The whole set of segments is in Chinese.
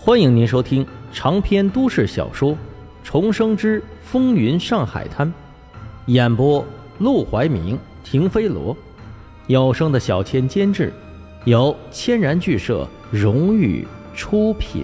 欢迎您收听长篇都市小说《重生之风云上海滩》，演播陆怀明、停飞罗，有声的小千监制，由千然剧社荣誉出品。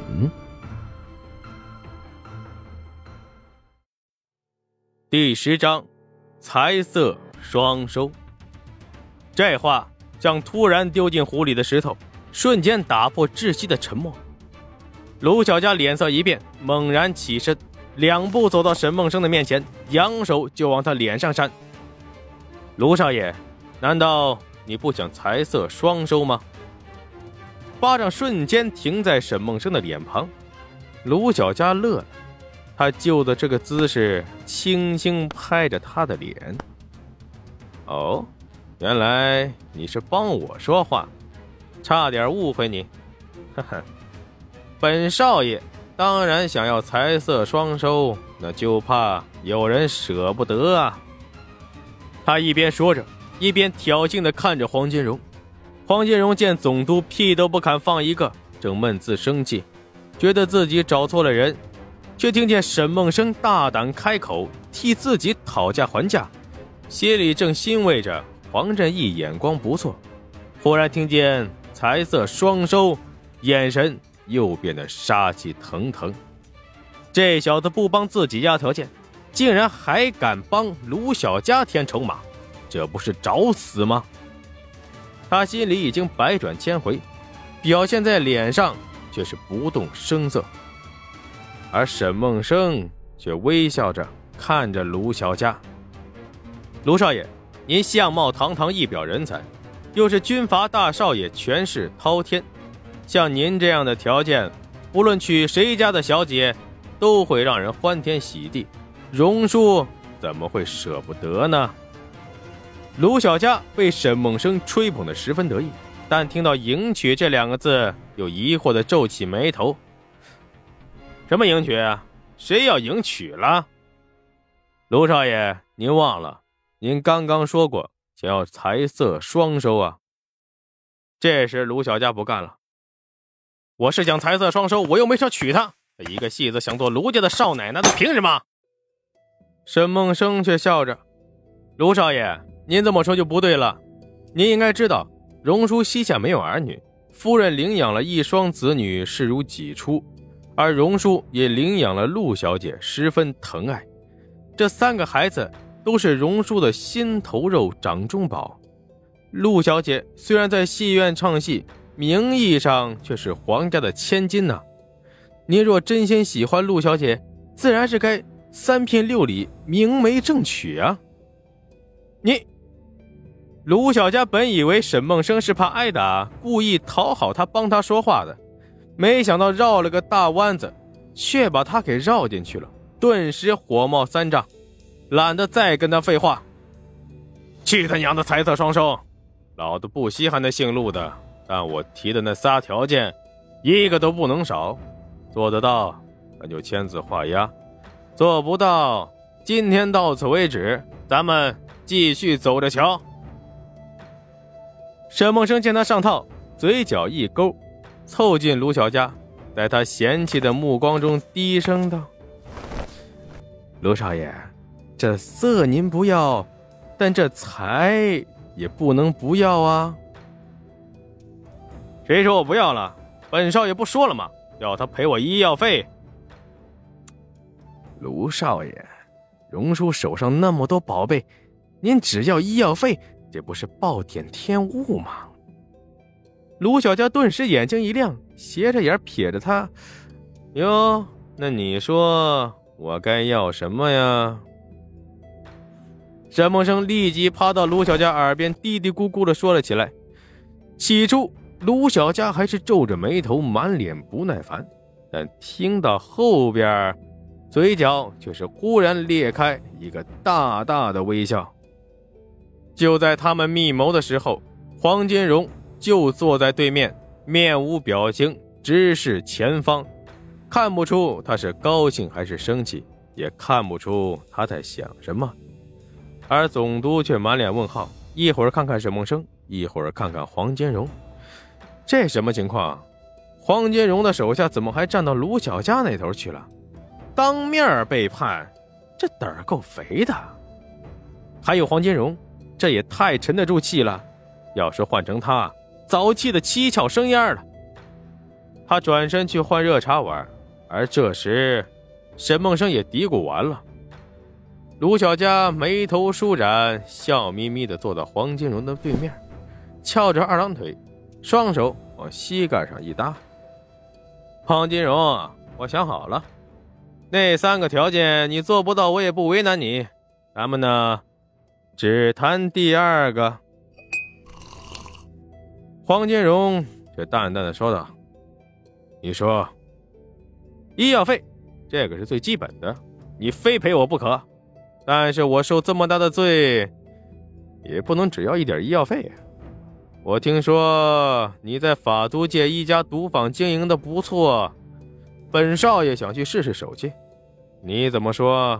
第10章，财色双收。这话像突然丢进湖里的石头，瞬间打破窒息的沉默。卢小佳脸色一变，猛然起身，2步走到沈梦生的面前，扬手就往他脸上扇。卢少爷，难道你不想财色双收吗？巴掌瞬间停在沈梦生的脸庞。卢小佳乐了，他就的这个姿势轻轻拍着他的脸。哦，原来你是帮我说话，差点误会你。呵呵，本少爷当然想要财色双收，那就怕有人舍不得啊。他一边说着，一边挑衅地看着黄金荣。黄金荣见总督屁都不肯放一个，正闷自生气，觉得自己找错了人，却听见沈梦生大胆开口替自己讨价还价，心里正欣慰着黄振义眼光不错，忽然听见财色双收，眼神又变得杀气腾腾。这小子不帮自己压条件，竟然还敢帮卢小佳添筹码，这不是找死吗？他心里已经百转千回，表现在脸上却是不动声色。而沈梦生却微笑着看着卢小佳。卢少爷，您相貌堂堂，一表人才，又是军阀大少爷，权势滔天，像您这样的条件，不论娶谁家的小姐都会让人欢天喜地，荣叔怎么会舍不得呢？卢小佳被沈梦生吹捧得十分得意，但听到迎娶这2个字，又疑惑地皱起眉头。什么迎娶啊？谁要迎娶了？卢少爷，您忘了，您刚刚说过想要财色双收啊。这时卢小佳不干了，我是想财色双收，我又没说娶她，一个戏子想做卢家的少奶奶的，凭什么？沈梦生却笑着，卢少爷，您这么说就不对了，您应该知道荣叔膝下没有儿女，夫人领养了1双子女，视如己出，而荣叔也领养了陆小姐，十分疼爱，这3个孩子都是荣叔的心头肉，掌中宝。陆小姐虽然在戏院唱戏，名义上却是皇家的千金呐。您若真心喜欢陆小姐，自然是该3聘6礼，明媒正娶啊。卢小佳本以为沈梦生是怕挨打，故意讨好他，帮他说话的，没想到绕了个大弯子，却把他给绕进去了，顿时火冒3丈，懒得再跟他废话。去他娘的财色双收，老子不稀罕那姓陆的，但我提的那3条件一个都不能少，做得到那就签字画押，做不到今天到此为止，咱们继续走着瞧。沈梦生见他上套，嘴角一勾，凑近卢小佳，在他嫌弃的目光中低声道，卢少爷，这色您不要，但这财也不能不要啊。谁说我不要了？本少爷不说了吗？要他赔我医药费。卢少爷，荣叔手上那么多宝贝，您只要医药费，这不是暴殄天物吗？卢小佳顿时眼睛一亮，斜着眼瞥着他，哟，那你说我该要什么呀？沈梦生立即趴到卢小佳耳边嘀嘀咕咕地说了起来。起初卢小佳还是皱着眉头，满脸不耐烦，但听到后边，嘴角却是忽然裂开一个大大的微笑。就在他们密谋的时候，黄金荣就坐在对面，面无表情，直视前方，看不出他是高兴还是生气，也看不出他在想什么。而总督却满脸问号，一会儿看看沈梦生，一会儿看看黄金荣。这什么情况？ 黄金荣的手下怎么还站到卢小家那头去了？当面背叛，这胆儿够肥的。还有黄金荣，这也太沉得住气了，要是换成他，早气得七窍生烟了。他转身去换热茶碗，而这时沈梦生也嘀咕完了。卢小家眉头舒展，笑眯眯地坐到黄金荣的对面，翘着二郎腿，双手往膝盖上一搭。黄金荣，我想好了，那3个条件你做不到，我也不为难你。咱们呢，只谈第2个。黄金荣却淡淡的说道：你说。医药费，这个是最基本的，你非赔我不可。但是我受这么大的罪，也不能只要一点医药费。我听说你在法都界一家赌坊经营的不错，本少爷想去试试手气，你怎么说？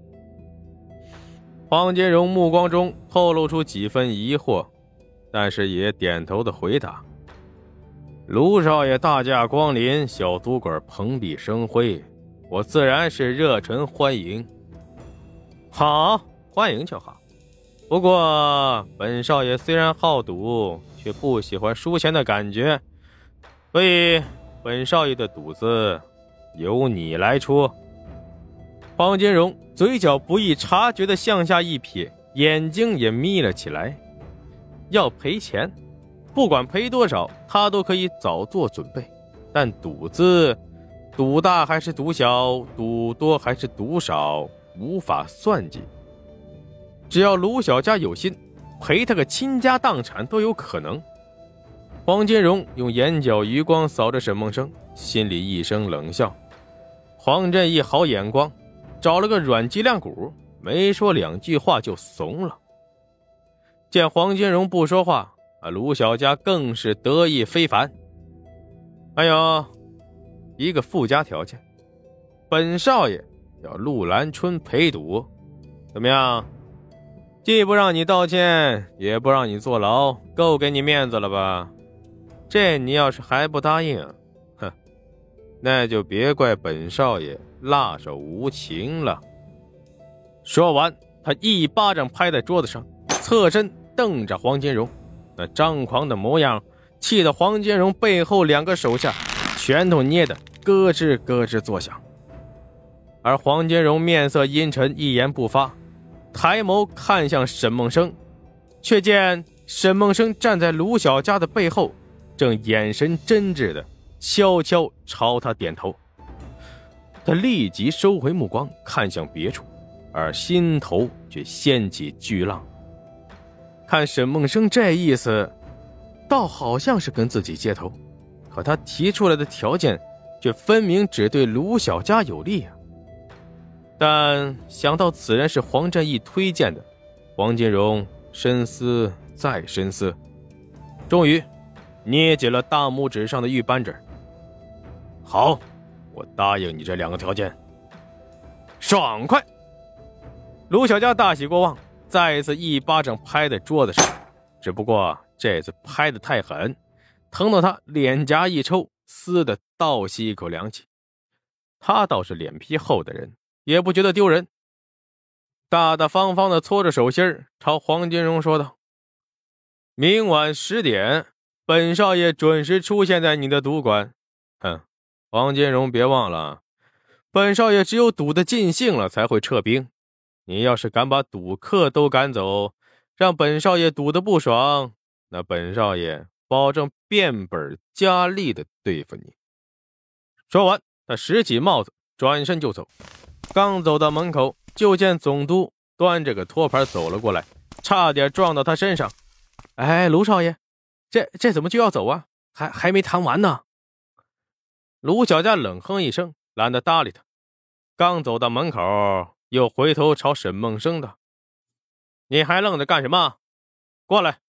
黄金荣目光中透露出几分疑惑，但是也点头的回答：卢少爷大驾光临，小赌馆蓬荜生辉，我自然是热忱欢迎。好，欢迎就好。不过本少爷虽然好赌，却不喜欢输钱的感觉，所以本少爷的赌资由你来出。黄金荣嘴角不易察觉的向下一撇，眼睛也眯了起来。要赔钱，不管赔多少，他都可以早做准备，但赌资，赌大还是赌小，赌多还是赌少，无法算计。只要卢小家有心，赔他个倾家荡产都有可能。黄金荣用眼角余光扫着沈梦生，心里一声冷笑。黄振义好眼光，找了个软脊梁骨，没说2句话就怂了。见黄金荣不说话，卢小家更是得意非凡。还有一个附加条件，本少爷要陆兰春陪赌，怎么样？既不让你道歉，也不让你坐牢，够给你面子了吧？这你要是还不答应，哼，那就别怪本少爷辣手无情了。说完，他一巴掌拍在桌子上，侧身瞪着黄金荣，那张狂的模样气得黄金荣背后2个手下拳头捏得咯吱咯吱作响。而黄金荣面色阴沉，一言不发，抬眸看向沈梦生，却见沈梦生站在卢小家的背后，正眼神真挚的悄悄朝他点头。他立即收回目光，看向别处，而心头却掀起巨浪。看沈梦生这意思，倒好像是跟自己接头，可他提出来的条件却分明只对卢小家有利啊。但想到此人是黄振义推荐的，黄金荣深思再深思，终于捏紧了大拇指上的玉扳指。好，我答应你这2个条件。爽快！卢小家大喜过望，再一次一巴掌拍在桌子上，只不过这次拍得太狠，疼得他脸颊一抽，撕得倒吸一口凉气。他倒是脸皮厚的人，也不觉得丢人，大大方方地搓着手心，朝黄金荣说道：明晚10点，本少爷准时出现在你的赌馆。黄金荣别忘了，本少爷只有赌得尽兴了才会撤兵，你要是敢把赌客都赶走，让本少爷赌得不爽，那本少爷保证变本加厉地对付你。说完，他拾起帽子转身就走，刚走到门口，就见总督端着个托盘走了过来，差点撞到他身上。卢少爷，这怎么就要走啊？还没谈完呢。卢小家冷哼一声，懒得搭理他，刚走到门口，又回头朝沈梦生道：你还愣着干什么？过来。